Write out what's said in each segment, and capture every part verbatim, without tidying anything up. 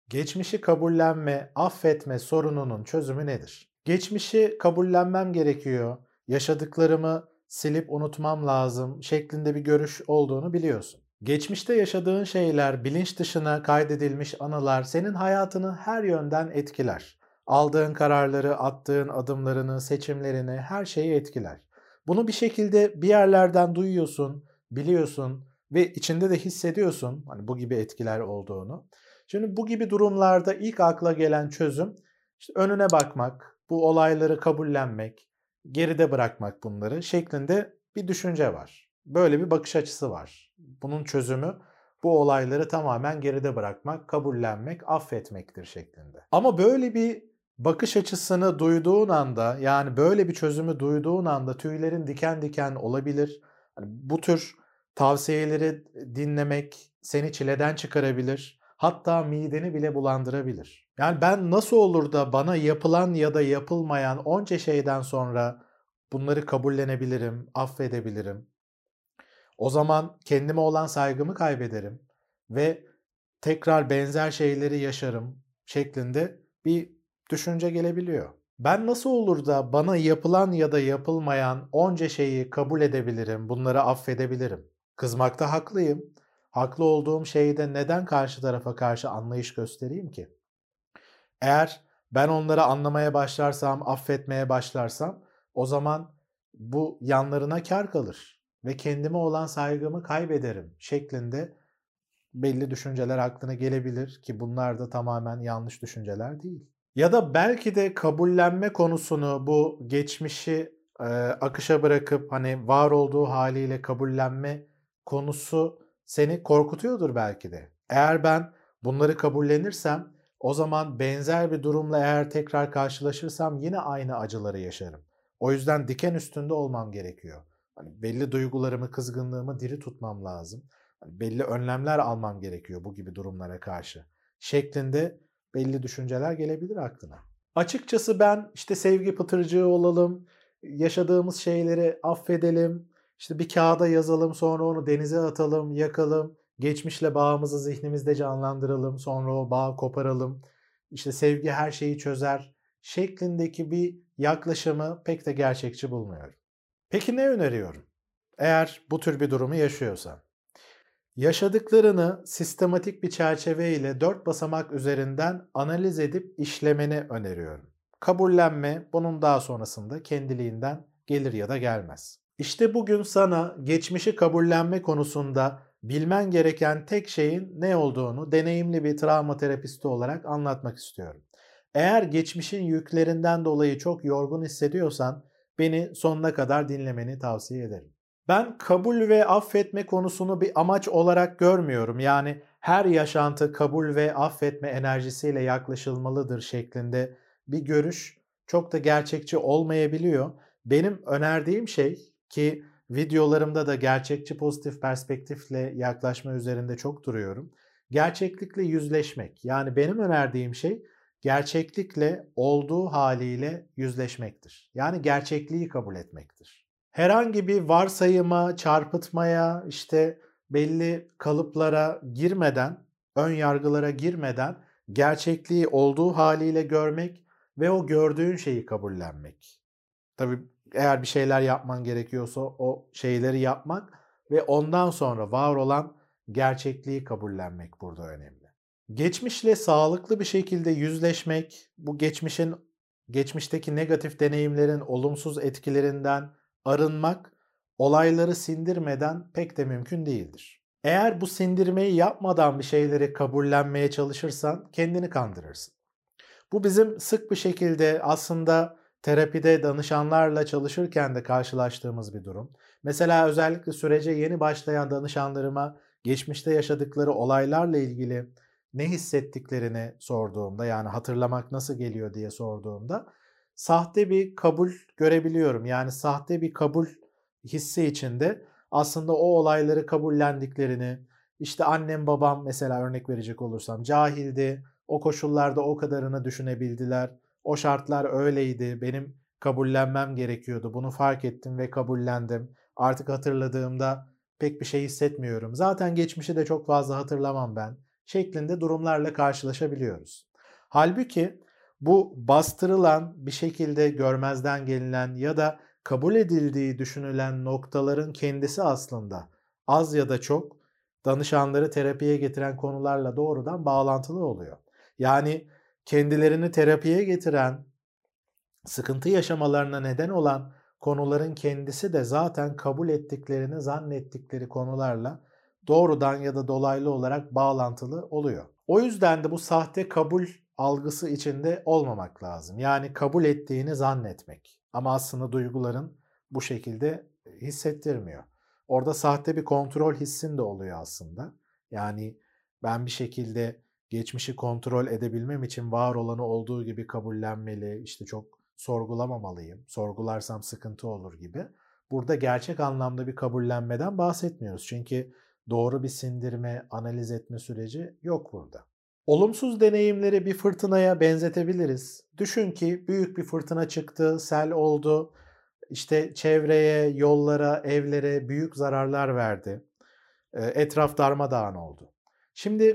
Geçmişi kabullenme, affetme sorununun çözümü nedir? Geçmişi kabullenmem gerekiyor, yaşadıklarımı silip unutmam lazım şeklinde bir görüş olduğunu biliyorsun. Geçmişte yaşadığın şeyler, bilinç dışına kaydedilmiş anılar senin hayatını her yönden etkiler. Aldığın kararları, attığın adımlarını, seçimlerini, her şeyi etkiler. Bunu bir şekilde bir yerlerden duyuyorsun, biliyorsun ve içinde de hissediyorsun hani bu gibi etkiler olduğunu. Şimdi bu gibi durumlarda ilk akla gelen çözüm işte önüne bakmak, bu olayları kabullenmek, geride bırakmak bunları şeklinde bir düşünce var. Böyle bir bakış açısı var. Bunun çözümü bu olayları tamamen geride bırakmak, kabullenmek, affetmektir şeklinde. Ama böyle bir bakış açısını duyduğun anda, yani böyle bir çözümü duyduğun anda tüylerin diken diken olabilir. Hani bu tür tavsiyeleri dinlemek seni çileden çıkarabilir. Hatta mideni bile bulandırabilir. Yani ben nasıl olur da bana yapılan ya da yapılmayan onca şeyden sonra bunları kabullenebilirim, affedebilirim. O zaman kendime olan saygımı kaybederim ve tekrar benzer şeyleri yaşarım şeklinde bir düşünce gelebiliyor. Ben nasıl olur da bana yapılan ya da yapılmayan onca şeyi kabul edebilirim, bunları affedebilirim? Kızmakta haklıyım. Haklı olduğum şeyde neden karşı tarafa karşı anlayış göstereyim ki? Eğer ben onları anlamaya başlarsam, affetmeye başlarsam o zaman bu yanlarına kâr kalır ve kendime olan saygımı kaybederim şeklinde belli düşünceler aklına gelebilir ki bunlar da tamamen yanlış düşünceler değil. Ya da belki de kabullenme konusunu bu geçmişi e, akışa bırakıp hani var olduğu haliyle kabullenme konusu seni korkutuyordur belki de. Eğer ben bunları kabullenirsem o zaman benzer bir durumla eğer tekrar karşılaşırsam yine aynı acıları yaşarım. O yüzden diken üstünde olmam gerekiyor. Hani belli duygularımı, kızgınlığımı diri tutmam lazım. Hani belli önlemler almam gerekiyor bu gibi durumlara karşı şeklinde belli düşünceler gelebilir aklına. Açıkçası ben işte sevgi pıtırcığı olalım, yaşadığımız şeyleri affedelim, işte bir kağıda yazalım, sonra onu denize atalım, yakalım, geçmişle bağımızı zihnimizde canlandıralım, sonra o bağı koparalım, işte sevgi her şeyi çözer şeklindeki bir yaklaşımı pek de gerçekçi bulmuyorum. Peki ne öneriyorum? Eğer bu tür bir durumu yaşıyorsan. Yaşadıklarını sistematik bir çerçeve ile dört basamak üzerinden analiz edip işlemeni öneriyorum. Kabullenme bunun daha sonrasında kendiliğinden gelir ya da gelmez. İşte bugün sana geçmişi kabullenme konusunda bilmen gereken tek şeyin ne olduğunu deneyimli bir travma terapisti olarak anlatmak istiyorum. Eğer geçmişin yüklerinden dolayı çok yorgun hissediyorsan beni sonuna kadar dinlemeni tavsiye ederim. Ben kabul ve affetme konusunu bir amaç olarak görmüyorum. Yani her yaşantı kabul ve affetme enerjisiyle yaklaşılmalıdır şeklinde bir görüş çok da gerçekçi olmayabiliyor. Benim önerdiğim şey ki videolarımda da gerçekçi pozitif perspektifle yaklaşma üzerinde çok duruyorum. Gerçeklikle yüzleşmek. Yani benim önerdiğim şey gerçeklikle olduğu haliyle yüzleşmektir. Yani gerçekliği kabul etmektir. Herhangi bir varsayıma, çarpıtmaya, işte belli kalıplara girmeden, ön yargılara girmeden gerçekliği olduğu haliyle görmek ve o gördüğün şeyi kabullenmek. Tabii eğer bir şeyler yapman gerekiyorsa o şeyleri yapmak ve ondan sonra var olan gerçekliği kabullenmek burada önemli. Geçmişle sağlıklı bir şekilde yüzleşmek, bu geçmişin geçmişteki negatif deneyimlerin olumsuz etkilerinden arınmak, olayları sindirmeden pek de mümkün değildir. Eğer bu sindirmeyi yapmadan bir şeyleri kabullenmeye çalışırsan kendini kandırırsın. Bu bizim sık bir şekilde aslında terapide danışanlarla çalışırken de karşılaştığımız bir durum. Mesela özellikle sürece yeni başlayan danışanlarıma geçmişte yaşadıkları olaylarla ilgili ne hissettiklerini sorduğumda, yani hatırlamak nasıl geliyor diye sorduğumda sahte bir kabul görebiliyorum. Yani sahte bir kabul hissi içinde aslında o olayları kabullendiklerini, işte annem babam mesela örnek verecek olursam cahildi, o koşullarda o kadarını düşünebildiler. O şartlar öyleydi. Benim kabullenmem gerekiyordu. Bunu fark ettim ve kabullendim. Artık hatırladığımda pek bir şey hissetmiyorum. Zaten geçmişi de çok fazla hatırlamam ben şeklinde durumlarla karşılaşabiliyoruz. Halbuki bu bastırılan, bir şekilde görmezden gelinen ya da kabul edildiği düşünülen noktaların kendisi aslında az ya da çok danışanları terapiye getiren konularla doğrudan bağlantılı oluyor. Yani kendilerini terapiye getiren, sıkıntı yaşamalarına neden olan konuların kendisi de zaten kabul ettiklerini zannettikleri konularla doğrudan ya da dolaylı olarak bağlantılı oluyor. O yüzden de bu sahte kabul algısı içinde olmamak lazım. Yani kabul ettiğini zannetmek. Ama aslında duyguların bu şekilde hissettirmiyor. Orada sahte bir kontrol hissin de oluyor aslında. Yani ben bir şekilde geçmişi kontrol edebilmem için var olanı olduğu gibi kabullenmeli, işte çok sorgulamamalıyım, sorgularsam sıkıntı olur gibi. Burada gerçek anlamda bir kabullenmeden bahsetmiyoruz. Çünkü doğru bir sindirme, analiz etme süreci yok burada. Olumsuz deneyimleri bir fırtınaya benzetebiliriz. Düşün ki büyük bir fırtına çıktı, sel oldu, işte çevreye, yollara, evlere büyük zararlar verdi. Etraf darmadağın oldu. Şimdi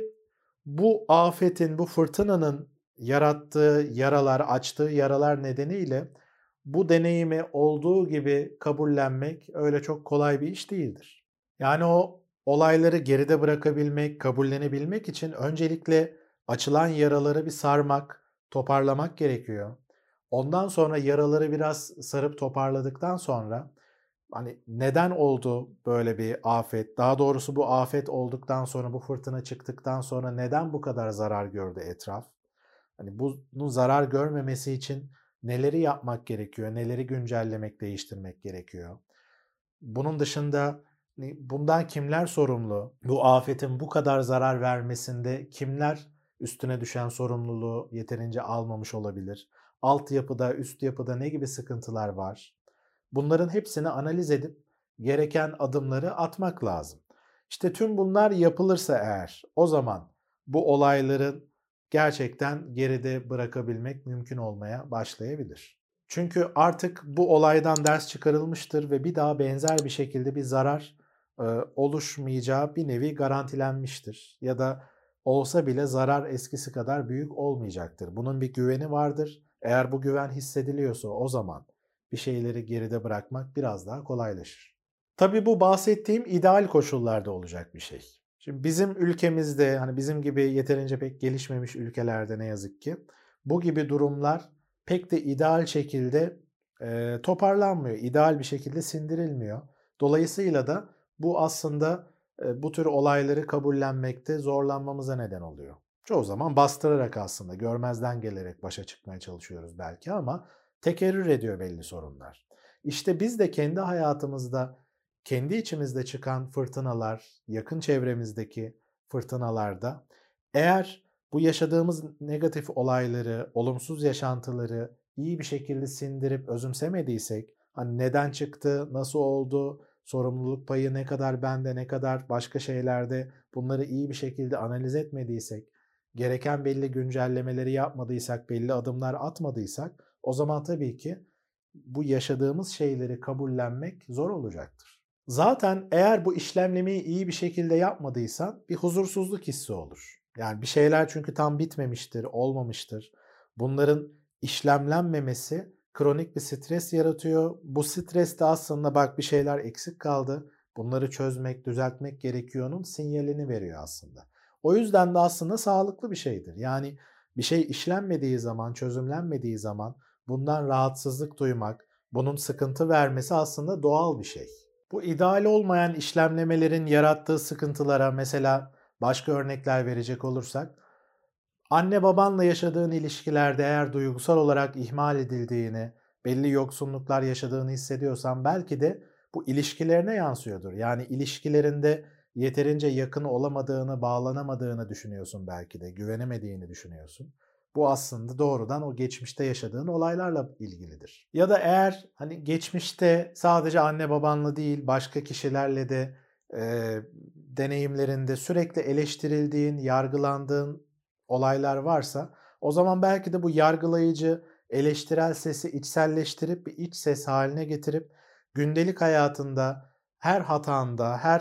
bu afetin, bu fırtınanın yarattığı yaralar, açtığı yaralar nedeniyle bu deneyimi olduğu gibi kabullenmek öyle çok kolay bir iş değildir. Yani o olayları geride bırakabilmek, kabullenebilmek için öncelikle açılan yaraları bir sarmak, toparlamak gerekiyor. Ondan sonra yaraları biraz sarıp toparladıktan sonra hani neden oldu böyle bir afet? Daha doğrusu bu afet olduktan sonra, bu fırtına çıktıktan sonra neden bu kadar zarar gördü etraf? Hani bunun zarar görmemesi için neleri yapmak gerekiyor? Neleri güncellemek, değiştirmek gerekiyor? Bunun dışında bundan kimler sorumlu? Bu afetin bu kadar zarar vermesinde kimler üstüne düşen sorumluluğu yeterince almamış olabilir? Altyapıda, üst yapıda ne gibi sıkıntılar var? Bunların hepsini analiz edip gereken adımları atmak lazım. İşte tüm bunlar yapılırsa eğer o zaman bu olayların gerçekten geride bırakabilmek mümkün olmaya başlayabilir. Çünkü artık bu olaydan ders çıkarılmıştır ve bir daha benzer bir şekilde bir zarar e, oluşmayacağı bir nevi garantilenmiştir. Ya da olsa bile zarar eskisi kadar büyük olmayacaktır. Bunun bir güveni vardır. Eğer bu güven hissediliyorsa o zaman bir şeyleri geride bırakmak biraz daha kolaylaşır. Tabii bu bahsettiğim ideal koşullarda olacak bir şey. Şimdi bizim ülkemizde, hani bizim gibi yeterince pek gelişmemiş ülkelerde ne yazık ki bu gibi durumlar pek de ideal şekilde e, toparlanmıyor, ideal bir şekilde sindirilmiyor. Dolayısıyla da bu aslında e, bu tür olayları kabullenmekte zorlanmamıza neden oluyor. Çoğu zaman bastırarak aslında görmezden gelerek başa çıkmaya çalışıyoruz belki ama tekerrür ediyor belli sorunlar. İşte biz de kendi hayatımızda, kendi içimizde çıkan fırtınalar, yakın çevremizdeki fırtınalarda eğer bu yaşadığımız negatif olayları, olumsuz yaşantıları iyi bir şekilde sindirip özümsemediysek, hani neden çıktı, nasıl oldu, sorumluluk payı ne kadar bende, ne kadar başka şeylerde bunları iyi bir şekilde analiz etmediysek, gereken belli güncellemeleri yapmadıysak, belli adımlar atmadıysak o zaman tabii ki bu yaşadığımız şeyleri kabullenmek zor olacaktır. Zaten eğer bu işlemlemeyi iyi bir şekilde yapmadıysan bir huzursuzluk hissi olur. Yani bir şeyler çünkü tam bitmemiştir, olmamıştır. Bunların işlemlenmemesi kronik bir stres yaratıyor. Bu stres de aslında bak bir şeyler eksik kaldı. Bunları çözmek, düzeltmek gerekiyor'nun sinyalini veriyor aslında. O yüzden de aslında sağlıklı bir şeydir. Yani bir şey işlenmediği zaman, çözümlenmediği zaman bundan rahatsızlık duymak, bunun sıkıntı vermesi aslında doğal bir şey. Bu ideal olmayan işlemlemelerin yarattığı sıkıntılara mesela başka örnekler verecek olursak, anne babanla yaşadığın ilişkilerde eğer duygusal olarak ihmal edildiğini, belli yoksunluklar yaşadığını hissediyorsan belki de bu ilişkilerine yansıyordur. Yani ilişkilerinde yeterince yakın olamadığını, bağlanamadığını düşünüyorsun belki de, güvenemediğini düşünüyorsun. Bu aslında doğrudan o geçmişte yaşadığın olaylarla ilgilidir. Ya da eğer hani geçmişte sadece anne babanla değil başka kişilerle de e, deneyimlerinde sürekli eleştirildiğin, yargılandığın olaylar varsa o zaman belki de bu yargılayıcı, eleştirel sesi içselleştirip bir iç ses haline getirip gündelik hayatında her hatanda, her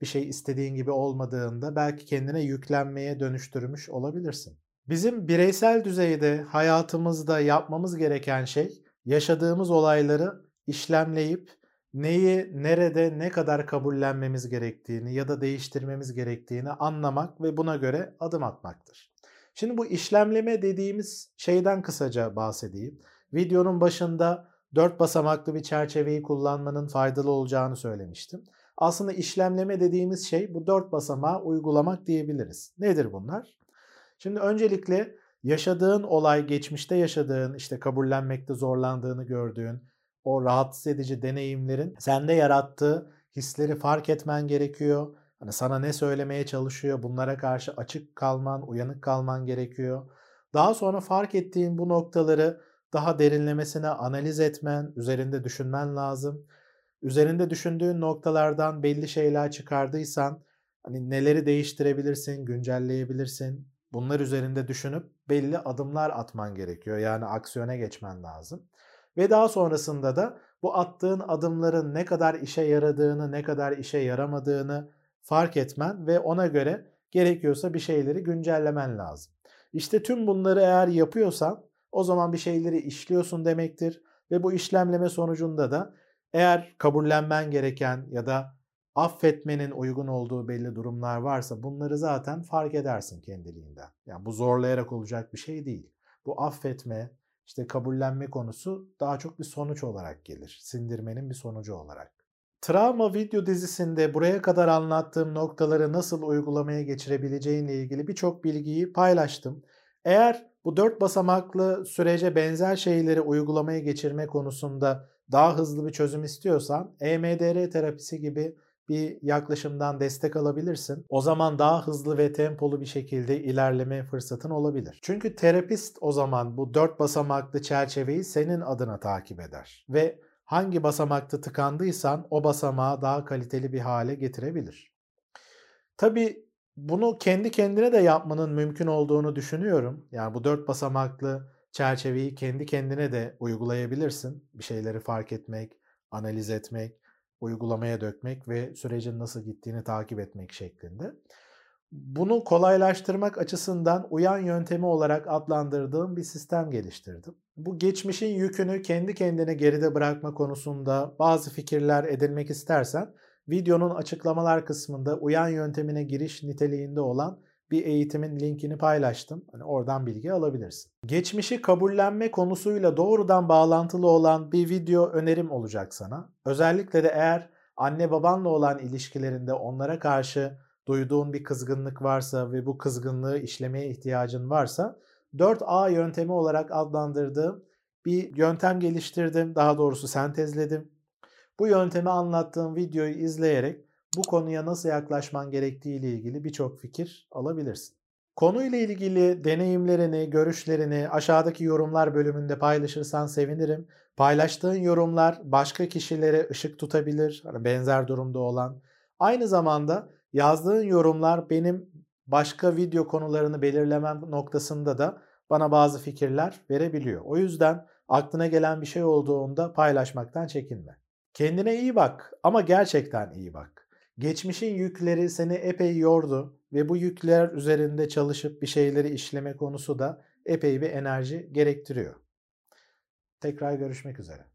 bir şey istediğin gibi olmadığında belki kendine yüklenmeye dönüştürmüş olabilirsin. Bizim bireysel düzeyde hayatımızda yapmamız gereken şey yaşadığımız olayları işlemleyip neyi, nerede, ne kadar kabullenmemiz gerektiğini ya da değiştirmemiz gerektiğini anlamak ve buna göre adım atmaktır. Şimdi bu işlemleme dediğimiz şeyden kısaca bahsedeyim. Videonun başında dört basamaklı bir çerçeveyi kullanmanın faydalı olacağını söylemiştim. Aslında işlemleme dediğimiz şey bu dört basamağı uygulamak diyebiliriz. Nedir bunlar? Şimdi öncelikle yaşadığın olay, geçmişte yaşadığın, işte kabullenmekte zorlandığını gördüğün o rahatsız edici deneyimlerin sende yarattığı hisleri fark etmen gerekiyor. Hani sana ne söylemeye çalışıyor, bunlara karşı açık kalman, uyanık kalman gerekiyor. Daha sonra fark ettiğin bu noktaları daha derinlemesine analiz etmen, üzerinde düşünmen lazım. Üzerinde düşündüğün noktalardan belli şeyler çıkardıysan, hani neleri değiştirebilirsin, güncelleyebilirsin. Bunlar üzerinde düşünüp belli adımlar atman gerekiyor. Yani aksiyona geçmen lazım. Ve daha sonrasında da bu attığın adımların ne kadar işe yaradığını, ne kadar işe yaramadığını fark etmen ve ona göre gerekiyorsa bir şeyleri güncellemen lazım. İşte tüm bunları eğer yapıyorsan o zaman bir şeyleri işliyorsun demektir ve bu işlemleme sonucunda da eğer kabullenmen gereken ya da affetmenin uygun olduğu belli durumlar varsa bunları zaten fark edersin kendiliğinden. Yani bu zorlayarak olacak bir şey değil. Bu affetme, işte kabullenme konusu daha çok bir sonuç olarak gelir. Sindirmenin bir sonucu olarak. Travma video dizisinde buraya kadar anlattığım noktaları nasıl uygulamaya geçirebileceğinle ilgili birçok bilgiyi paylaştım. Eğer bu dört basamaklı sürece benzer şeyleri uygulamaya geçirme konusunda daha hızlı bir çözüm istiyorsan E M D R terapisi gibi bir yaklaşımdan destek alabilirsin. O zaman daha hızlı ve tempolu bir şekilde ilerleme fırsatın olabilir. Çünkü terapist o zaman bu dört basamaklı çerçeveyi senin adına takip eder ve hangi basamakta tıkandıysan o basamağı daha kaliteli bir hale getirebilir. Tabii bunu kendi kendine de yapmanın mümkün olduğunu düşünüyorum. Yani bu dört basamaklı çerçeveyi kendi kendine de uygulayabilirsin. Bir şeyleri fark etmek, analiz etmek, uygulamaya dökmek ve sürecin nasıl gittiğini takip etmek şeklinde. Bunu kolaylaştırmak açısından uyan yöntemi olarak adlandırdığım bir sistem geliştirdim. Bu geçmişin yükünü kendi kendine geride bırakma konusunda bazı fikirler edinmek istersen videonun açıklamalar kısmında uyan yöntemine giriş niteliğinde olan bir eğitimin linkini paylaştım. Hani oradan bilgi alabilirsin. Geçmişi kabullenme konusuyla doğrudan bağlantılı olan bir video önerim olacak sana. Özellikle de eğer anne babanla olan ilişkilerinde onlara karşı duyduğun bir kızgınlık varsa ve bu kızgınlığı işlemeye ihtiyacın varsa dört A yöntemi olarak adlandırdığım bir yöntem geliştirdim. Daha doğrusu sentezledim. Bu yöntemi anlattığım videoyu izleyerek bu konuya nasıl yaklaşman gerektiği ile ilgili birçok fikir alabilirsin. Konuyla ilgili deneyimlerini, görüşlerini aşağıdaki yorumlar bölümünde paylaşırsan sevinirim. Paylaştığın yorumlar başka kişilere ışık tutabilir, hani benzer durumda olan. Aynı zamanda yazdığın yorumlar benim başka video konularını belirlemem noktasında da bana bazı fikirler verebiliyor. O yüzden aklına gelen bir şey olduğunda paylaşmaktan çekinme. Kendine iyi bak ama gerçekten iyi bak. Geçmişin yükleri seni epey yordu ve bu yükler üzerinde çalışıp bir şeyleri işleme konusu da epey bir enerji gerektiriyor. Tekrar görüşmek üzere.